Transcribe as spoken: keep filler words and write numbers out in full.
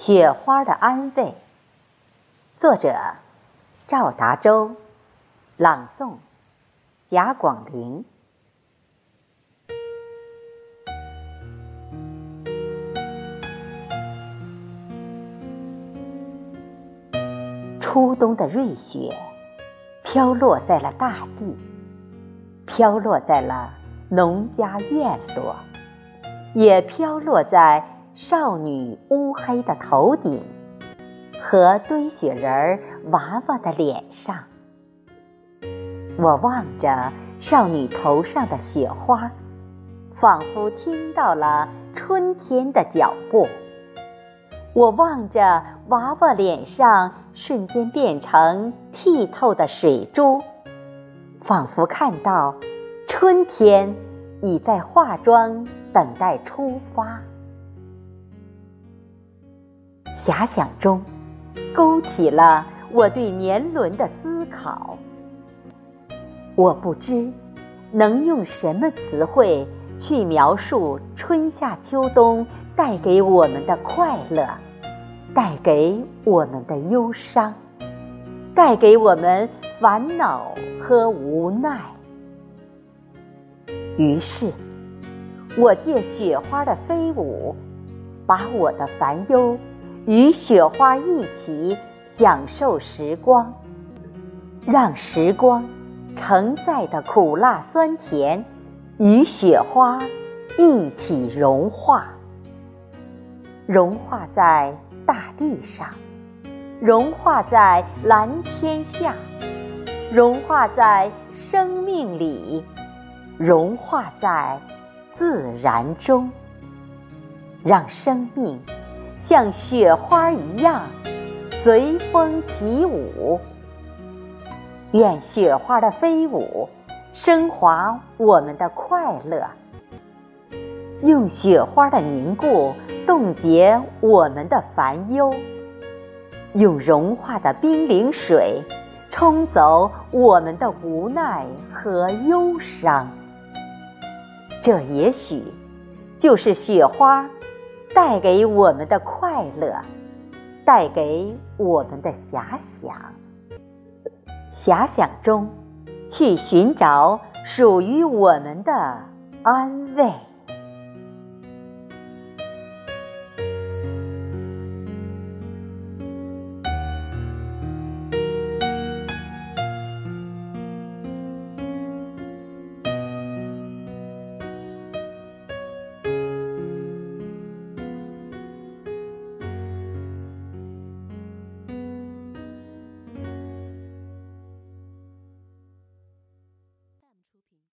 雪花的安慰，作者赵达洲，朗诵贾广陵。初冬的瑞雪飘落在了大地，飘落在了农家院落，也飘落在少女乌黑的头顶和堆雪人儿娃娃的脸上。我望着少女头上的雪花，仿佛听到了春天的脚步。我望着娃娃脸上瞬间变成剔透的水珠，仿佛看到春天已在化妆等待出发。遐想中勾起了我对年轮的思考。我不知能用什么词汇去描述春夏秋冬带给我们的快乐，带给我们的忧伤，带给我们烦恼和无奈。于是我借雪花的飞舞，把我的烦忧与雪花一起享受时光，让时光承载的苦辣酸甜与雪花一起融化，融化在大地上，融化在蓝天下，融化在生命里，融化在自然中，让生命像雪花一样随风起舞。愿雪花的飞舞升华我们的快乐，用雪花的凝固冻结我们的烦忧，用融化的冰凌水冲走我们的无奈和忧伤。这也许就是雪花带给我们的快乐，带给我们的遐想。遐想中去寻找属于我们的安慰。